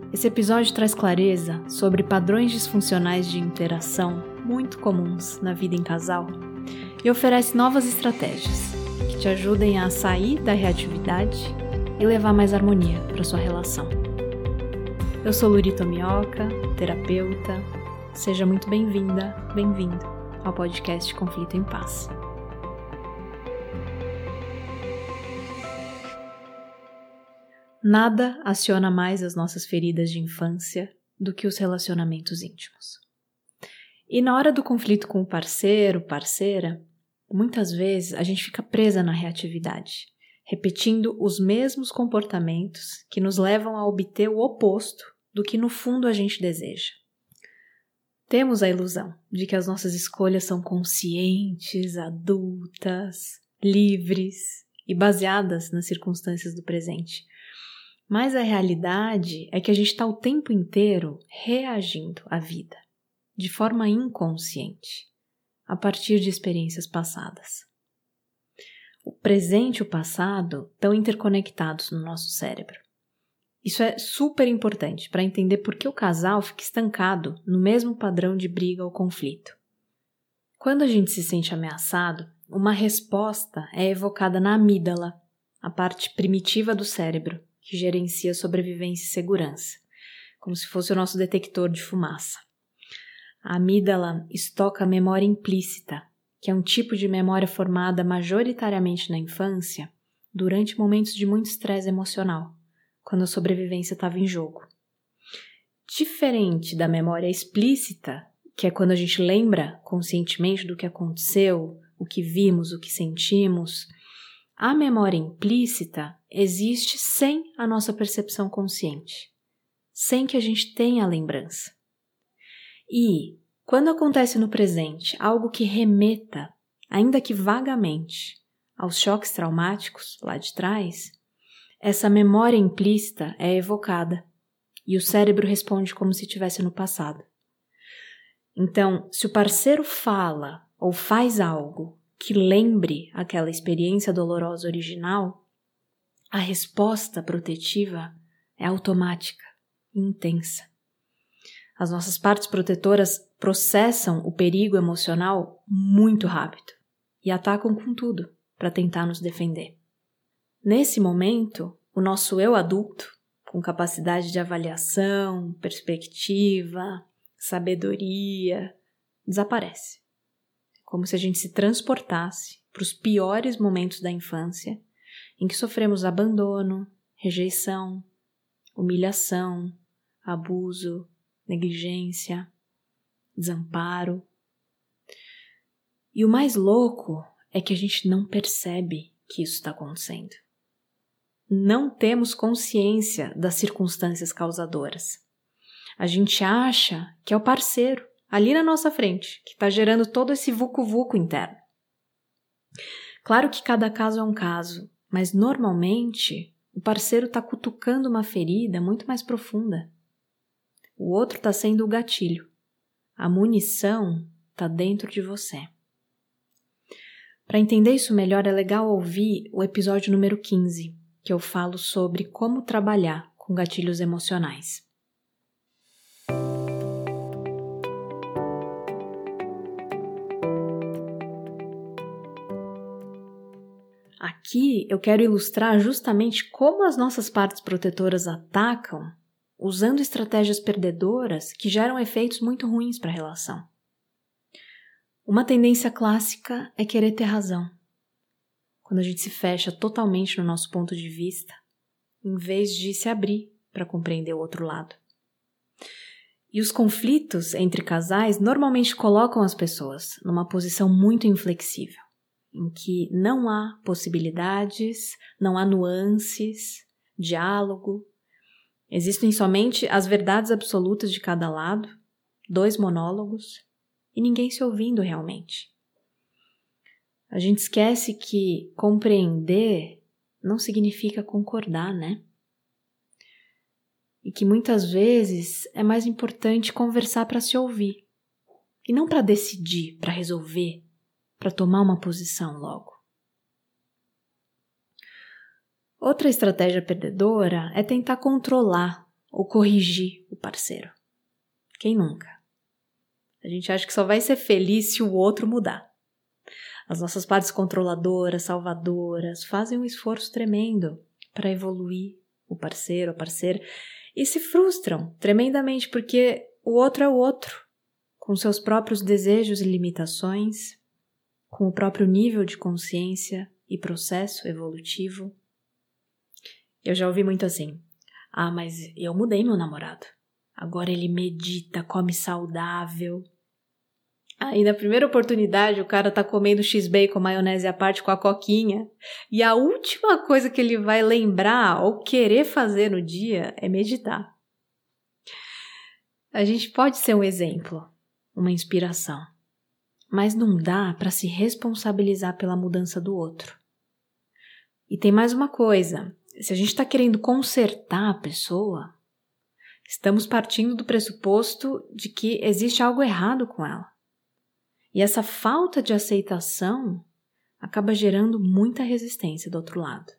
Esse episódio traz clareza sobre padrões disfuncionais de interação muito comuns na vida em casal e oferece novas estratégias que te ajudem a sair da reatividade e levar mais harmonia para sua relação. Eu sou Luri Tomioka, terapeuta. Seja muito bem-vinda, bem-vindo ao podcast Conflito em Paz. Nada aciona mais as nossas feridas de infância do que os relacionamentos íntimos. E na hora do conflito com o parceiro, parceira, muitas vezes a gente fica presa na reatividade, repetindo os mesmos comportamentos que nos levam a obter o oposto do que no fundo a gente deseja. Temos a ilusão de que as nossas escolhas são conscientes, adultas, livres e baseadas nas circunstâncias do presente. Mas a realidade é que a gente está o tempo inteiro reagindo à vida, de forma inconsciente, a partir de experiências passadas. O presente e o passado estão interconectados no nosso cérebro. Isso é super importante para entender por que o casal fica estancado no mesmo padrão de briga ou conflito. Quando a gente se sente ameaçado, uma resposta é evocada na amígdala, a parte primitiva do cérebro, que gerencia sobrevivência e segurança, como se fosse o nosso detector de fumaça. A amígdala estoca a memória implícita, que é um tipo de memória formada majoritariamente na infância, durante momentos de muito estresse emocional, quando a sobrevivência estava em jogo. Diferente da memória explícita, que é quando a gente lembra conscientemente do que aconteceu, o que vimos, o que sentimos, a memória implícita existe sem a nossa percepção consciente, sem que a gente tenha a lembrança. E, quando acontece no presente algo que remeta, ainda que vagamente, aos choques traumáticos lá de trás, essa memória implícita é evocada e o cérebro responde como se estivesse no passado. Então, se o parceiro fala ou faz algo que lembre aquela experiência dolorosa original, a resposta protetiva é automática e intensa. As nossas partes protetoras processam o perigo emocional muito rápido e atacam com tudo para tentar nos defender. Nesse momento, o nosso eu adulto, com capacidade de avaliação, perspectiva, sabedoria, desaparece. Como se a gente se transportasse para os piores momentos da infância, em que sofremos abandono, rejeição, humilhação, abuso, negligência, desamparo. E o mais louco é que a gente não percebe que isso está acontecendo. Não temos consciência das circunstâncias causadoras. A gente acha que é o parceiro, ali na nossa frente, que está gerando todo esse vucu-vucu interno. Claro que cada caso é um caso, mas normalmente o parceiro está cutucando uma ferida muito mais profunda. O outro está sendo o gatilho. A munição está dentro de você. Para entender isso melhor, é legal ouvir o episódio número 15, que eu falo sobre como trabalhar com gatilhos emocionais. Aqui eu quero ilustrar justamente como as nossas partes protetoras atacam usando estratégias perdedoras que geram efeitos muito ruins para a relação. Uma tendência clássica é querer ter razão. Quando a gente se fecha totalmente no nosso ponto de vista, em vez de se abrir para compreender o outro lado. E os conflitos entre casais normalmente colocam as pessoas numa posição muito inflexível, em que não há possibilidades, não há nuances, diálogo. Existem somente as verdades absolutas de cada lado, 2 monólogos, e ninguém se ouvindo realmente. A gente esquece que compreender não significa concordar, né? E que muitas vezes é mais importante conversar para se ouvir, e não para decidir, para resolver, para tomar uma posição logo. Outra estratégia perdedora é tentar controlar ou corrigir o parceiro. Quem nunca? A gente acha que só vai ser feliz se o outro mudar. As nossas partes controladoras, salvadoras, fazem um esforço tremendo para evoluir o parceiro, a parceira, e se frustram tremendamente porque o outro é o outro, com seus próprios desejos e limitações, com o próprio nível de consciência e processo evolutivo. Eu já ouvi muito assim: ah, mas eu mudei meu namorado. Agora ele medita, come saudável. Aí na primeira oportunidade o cara tá comendo x-bacon, maionese à parte com a coquinha. E a última coisa que ele vai lembrar ou querer fazer no dia é meditar. A gente pode ser um exemplo, uma inspiração. Mas não dá para se responsabilizar pela mudança do outro. E tem mais uma coisa. Se a gente está querendo consertar a pessoa, estamos partindo do pressuposto de que existe algo errado com ela. E essa falta de aceitação acaba gerando muita resistência do outro lado.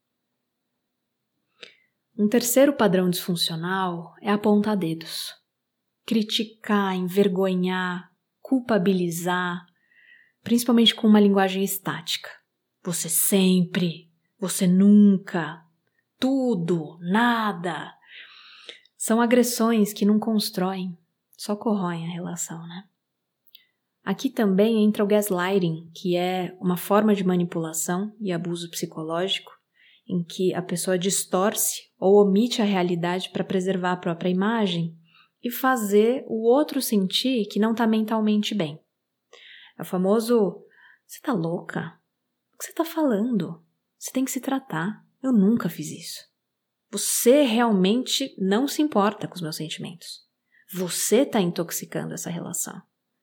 Um terceiro padrão disfuncional é apontar dedos. Criticar, envergonhar, culpabilizar, principalmente com uma linguagem estática. Você sempre, você nunca, tudo, nada. São agressões que não constroem, só corroem a relação, né? Aqui também entra o gaslighting, que é uma forma de manipulação e abuso psicológico em que a pessoa distorce ou omite a realidade para preservar a própria imagem e fazer o outro sentir que não está mentalmente bem. É o famoso: você tá louca? O que você tá falando? Você tem que se tratar. Eu nunca fiz isso. Você realmente não se importa com os meus sentimentos. Você tá intoxicando essa relação.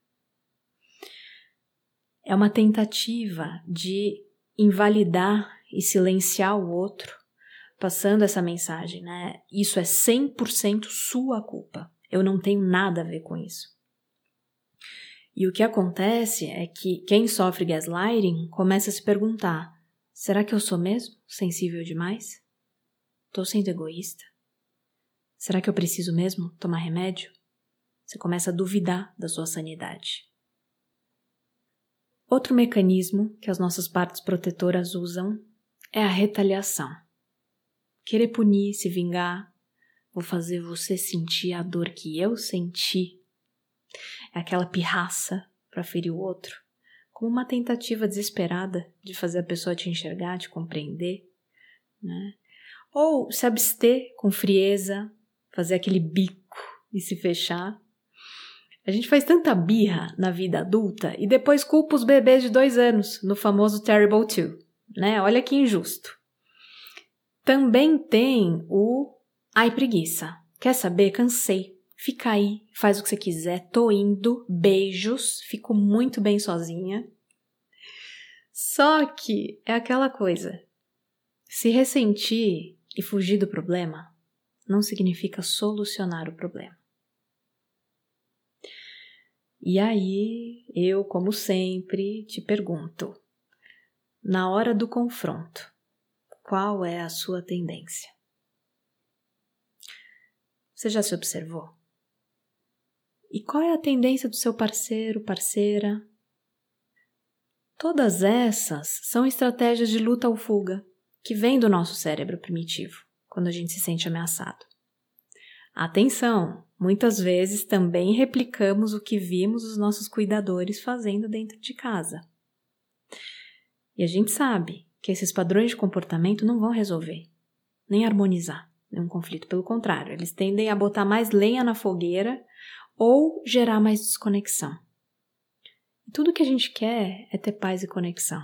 É uma tentativa de invalidar e silenciar o outro, passando essa mensagem, né? Isso é 100% sua culpa. Eu não tenho nada a ver com isso. E o que acontece é que quem sofre gaslighting começa a se perguntar: será que eu sou mesmo sensível demais? Tô sendo egoísta? Será que eu preciso mesmo tomar remédio? Você começa a duvidar da sua sanidade. Outro mecanismo que as nossas partes protetoras usam é a retaliação. Querer punir, se vingar, vou fazer você sentir a dor que eu senti. É aquela pirraça para ferir o outro, como uma tentativa desesperada de fazer a pessoa te enxergar, te compreender, né? Ou se abster com frieza, fazer aquele bico e se fechar. A gente faz tanta birra na vida adulta e depois culpa os bebês de 2 anos no famoso Terrible 2, né? Olha que injusto. Também tem o ai preguiça. Quer saber? Cansei. Fica aí, faz o que você quiser, tô indo, beijos, fico muito bem sozinha. Só que é aquela coisa. Se ressentir e fugir do problema não significa solucionar o problema. E aí, eu, como sempre, te pergunto, na hora do confronto, qual é a sua tendência? Você já se observou? E qual é a tendência do seu parceiro, parceira? Todas essas são estratégias de luta ou fuga que vêm do nosso cérebro primitivo, quando a gente se sente ameaçado. Atenção! Muitas vezes também replicamos o que vimos os nossos cuidadores fazendo dentro de casa. E a gente sabe que esses padrões de comportamento não vão resolver, nem harmonizar nenhum conflito. Pelo contrário, eles tendem a botar mais lenha na fogueira ou gerar mais desconexão. E tudo que a gente quer é ter paz e conexão.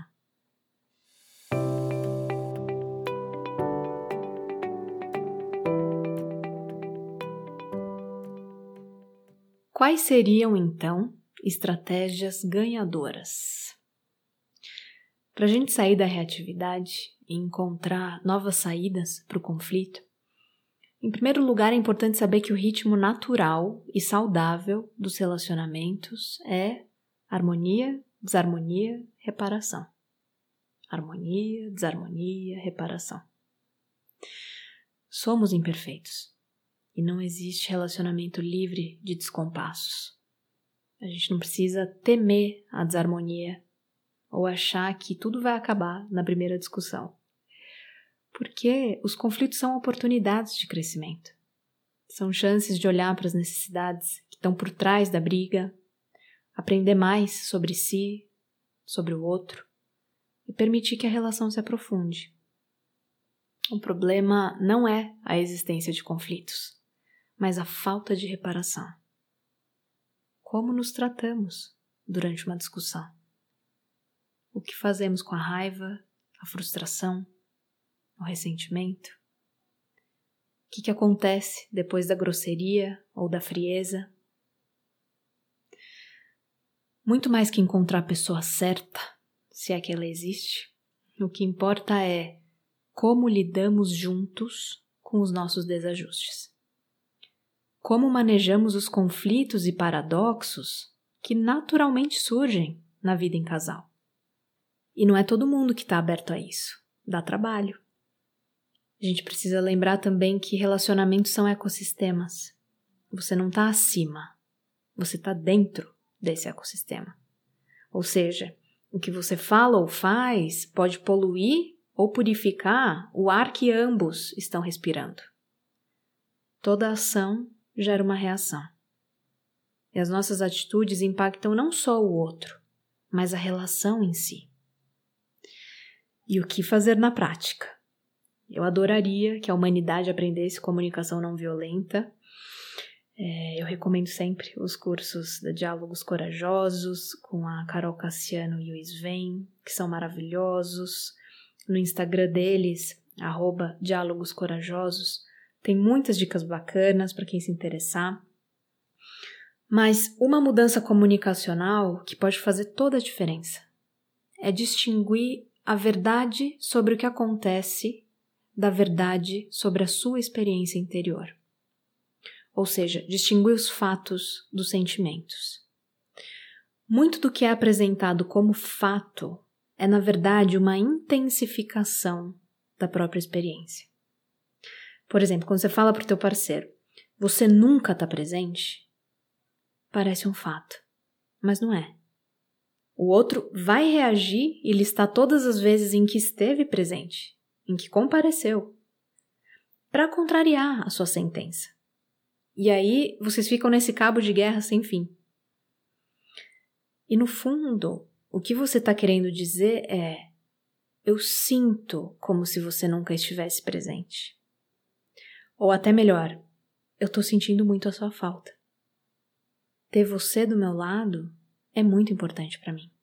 Quais seriam, então, estratégias ganhadoras? Para a gente sair da reatividade e encontrar novas saídas para o conflito, em primeiro lugar é importante saber que o ritmo natural e saudável dos relacionamentos é harmonia, desarmonia, reparação. Harmonia, desarmonia, reparação. Somos imperfeitos. E não existe relacionamento livre de descompassos. A gente não precisa temer a desarmonia ou achar que tudo vai acabar na primeira discussão. Porque os conflitos são oportunidades de crescimento. São chances de olhar para as necessidades que estão por trás da briga, aprender mais sobre si, sobre o outro e permitir que a relação se aprofunde. O problema não é a existência de conflitos, mas a falta de reparação. Como nos tratamos durante uma discussão? O que fazemos com a raiva, a frustração, o ressentimento? O que acontece depois da grosseria ou da frieza? Muito mais que encontrar a pessoa certa, se é que ela existe, o que importa é como lidamos juntos com os nossos desajustes. Como manejamos os conflitos e paradoxos que naturalmente surgem na vida em casal. E não é todo mundo que está aberto a isso. Dá trabalho. A gente precisa lembrar também que relacionamentos são ecossistemas. Você não está acima, você está dentro desse ecossistema. Ou seja, o que você fala ou faz pode poluir ou purificar o ar que ambos estão respirando. Toda ação gera uma reação. E as nossas atitudes impactam não só o outro, mas a relação em si. E o que fazer na prática? Eu adoraria que a humanidade aprendesse comunicação não violenta. Eu recomendo sempre os cursos de Diálogos Corajosos com a Carol Cassiano e o Sven, que são maravilhosos. No Instagram deles, @Diálogos Corajosos, tem muitas dicas bacanas para quem se interessar. Mas uma mudança comunicacional que pode fazer toda a diferença é distinguir a verdade sobre o que acontece da verdade sobre a sua experiência interior. Ou seja, distinguir os fatos dos sentimentos. Muito do que é apresentado como fato é, na verdade, uma intensificação da própria experiência. Por exemplo, quando você fala para o teu parceiro, você nunca está presente, parece um fato, mas não é. O outro vai reagir e listar todas as vezes em que esteve presente, em que compareceu, para contrariar a sua sentença. E aí vocês ficam nesse cabo de guerra sem fim. E no fundo, o que você está querendo dizer é: eu sinto como se você nunca estivesse presente. Ou até melhor, eu estou sentindo muito a sua falta. Ter você do meu lado é muito importante para mim.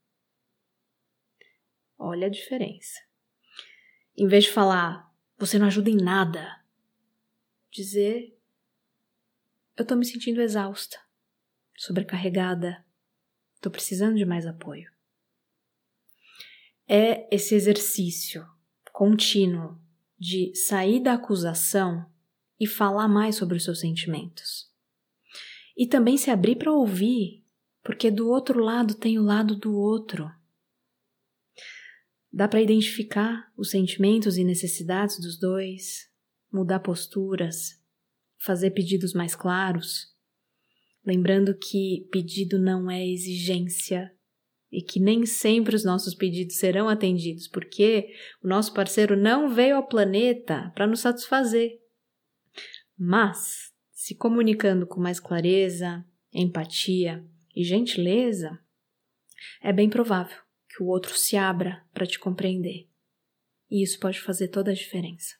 Olha a diferença. Em vez de falar, você não ajuda em nada, dizer, eu estou me sentindo exausta, sobrecarregada, estou precisando de mais apoio. É esse exercício contínuo de sair da acusação e falar mais sobre os seus sentimentos. E também se abrir para ouvir, porque do outro lado tem o lado do outro. Dá para identificar os sentimentos e necessidades dos dois, mudar posturas, fazer pedidos mais claros, lembrando que pedido não é exigência e que nem sempre os nossos pedidos serão atendidos, porque o nosso parceiro não veio ao planeta para nos satisfazer. Mas, se comunicando com mais clareza, empatia e gentileza, é bem provável que o outro se abra para te compreender. E isso pode fazer toda a diferença.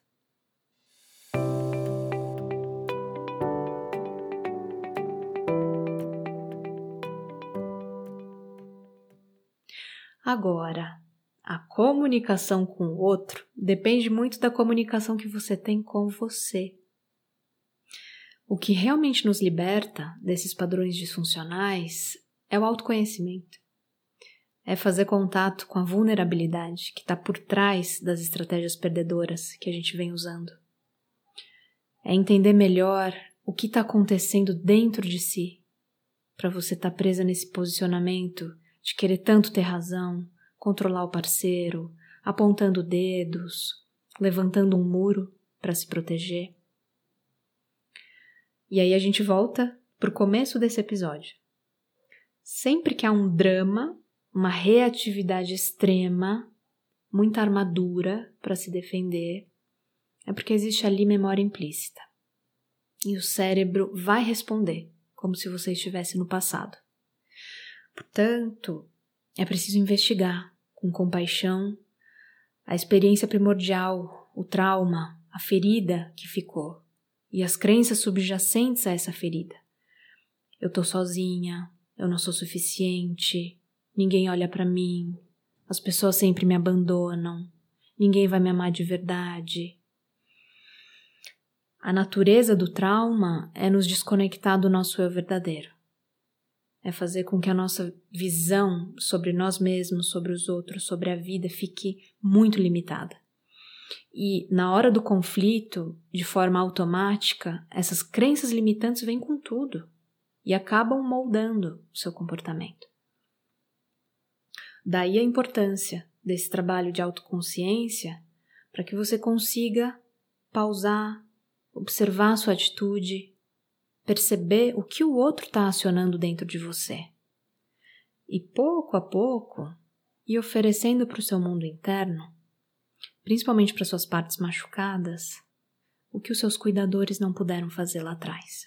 Agora, a comunicação com o outro depende muito da comunicação que você tem com você. O que realmente nos liberta desses padrões disfuncionais é o autoconhecimento. É fazer contato com a vulnerabilidade que está por trás das estratégias perdedoras que a gente vem usando. É entender melhor o que está acontecendo dentro de si, para você estar presa nesse posicionamento de querer tanto ter razão, controlar o parceiro, apontando dedos, levantando um muro para se proteger. E aí a gente volta para o começo desse episódio. Sempre que há um drama, uma reatividade extrema, muita armadura para se defender, é porque existe ali memória implícita. E o cérebro vai responder, como se você estivesse no passado. Portanto, é preciso investigar com compaixão a experiência primordial, o trauma, a ferida que ficou e as crenças subjacentes a essa ferida. Eu tô sozinha, eu não sou suficiente, ninguém olha pra mim, as pessoas sempre me abandonam, ninguém vai me amar de verdade. A natureza do trauma é nos desconectar do nosso eu verdadeiro. É fazer com que a nossa visão sobre nós mesmos, sobre os outros, sobre a vida fique muito limitada. E na hora do conflito, de forma automática, essas crenças limitantes vêm com tudo e acabam moldando o seu comportamento. Daí a importância desse trabalho de autoconsciência para que você consiga pausar, observar a sua atitude, perceber o que o outro está acionando dentro de você. E pouco a pouco, ir oferecendo para o seu mundo interno, principalmente para suas partes machucadas, o que os seus cuidadores não puderam fazer lá atrás.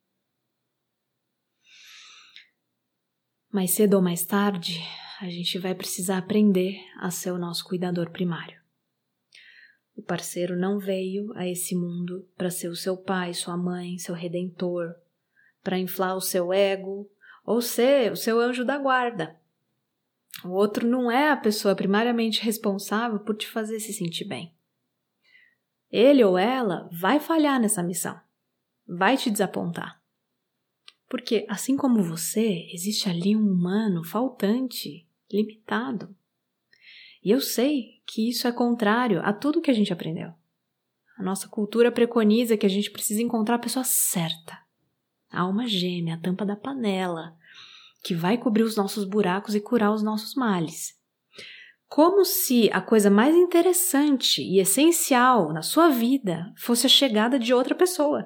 Mais cedo ou mais tarde, a gente vai precisar aprender a ser o nosso cuidador primário. O parceiro não veio a esse mundo para ser o seu pai, sua mãe, seu redentor, para inflar o seu ego ou ser o seu anjo da guarda. O outro não é a pessoa primariamente responsável por te fazer se sentir bem. Ele ou ela vai falhar nessa missão, vai te desapontar. Porque, assim como você, existe ali um humano faltante, limitado. E eu sei que isso é contrário a tudo que a gente aprendeu. A nossa cultura preconiza que a gente precisa encontrar a pessoa certa, a alma gêmea, a tampa da panela, que vai cobrir os nossos buracos e curar os nossos males. Como se a coisa mais interessante e essencial na sua vida fosse a chegada de outra pessoa.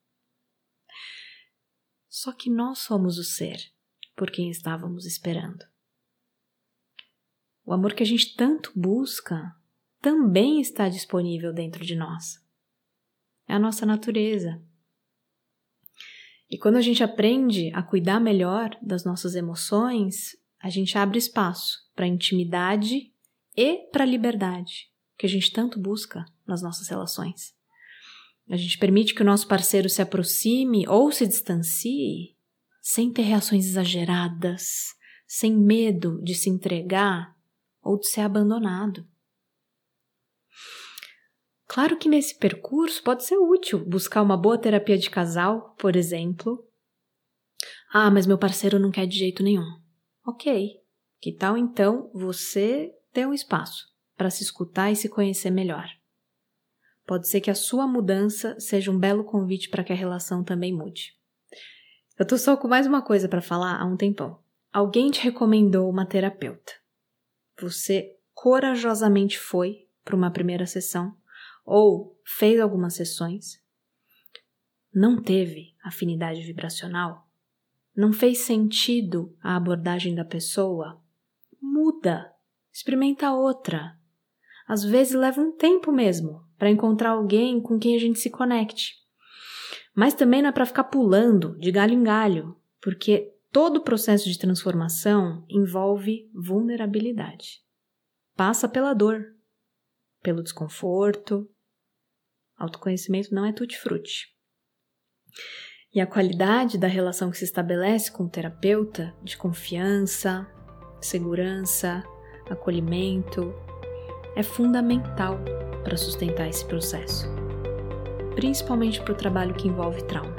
Só que nós somos o ser por quem estávamos esperando. O amor que a gente tanto busca também está disponível dentro de nós. É a nossa natureza. E quando a gente aprende a cuidar melhor das nossas emoções, a gente abre espaço para a intimidade e para a liberdade que a gente tanto busca nas nossas relações. A gente permite que o nosso parceiro se aproxime ou se distancie sem ter reações exageradas, sem medo de se entregar ou de ser abandonado. Claro que nesse percurso pode ser útil buscar uma boa terapia de casal, por exemplo. Ah, mas meu parceiro não quer de jeito nenhum. Ok, que tal então você ter um espaço para se escutar e se conhecer melhor? Pode ser que a sua mudança seja um belo convite para que a relação também mude. Eu tô só com mais uma coisa para falar há um tempão. Alguém te recomendou uma terapeuta. Você corajosamente foi para uma primeira sessão ou fez algumas sessões, não teve afinidade vibracional, não fez sentido a abordagem da pessoa, muda, experimenta outra. Às vezes leva um tempo mesmo para encontrar alguém com quem a gente se conecte. Mas também não é para ficar pulando de galho em galho, porque todo o processo de transformação envolve vulnerabilidade. Passa pela dor, pelo desconforto. Autoconhecimento não é tutti-frutti. E a qualidade da relação que se estabelece com o terapeuta, de confiança, segurança, acolhimento, é fundamental para sustentar esse processo, principalmente para o trabalho que envolve trauma.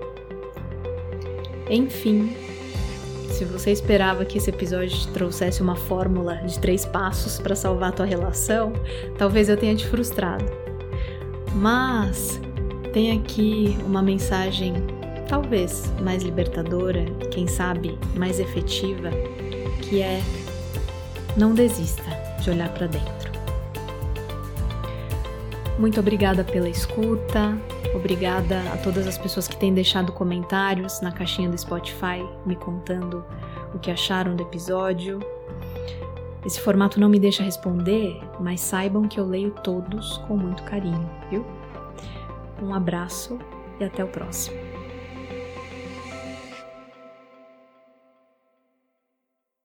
Enfim, se você esperava que esse episódio te trouxesse uma fórmula de 3 passos para salvar a tua relação, talvez eu tenha te frustrado. Mas tem aqui uma mensagem talvez mais libertadora, quem sabe mais efetiva, que é: não desista de olhar para dentro. Muito obrigada pela escuta, Obrigada a todas as pessoas que têm deixado comentários na caixinha do Spotify, me contando o que acharam do episódio. Esse formato não me deixa responder, mas saibam que eu leio todos com muito carinho, viu? Um abraço e até o próximo.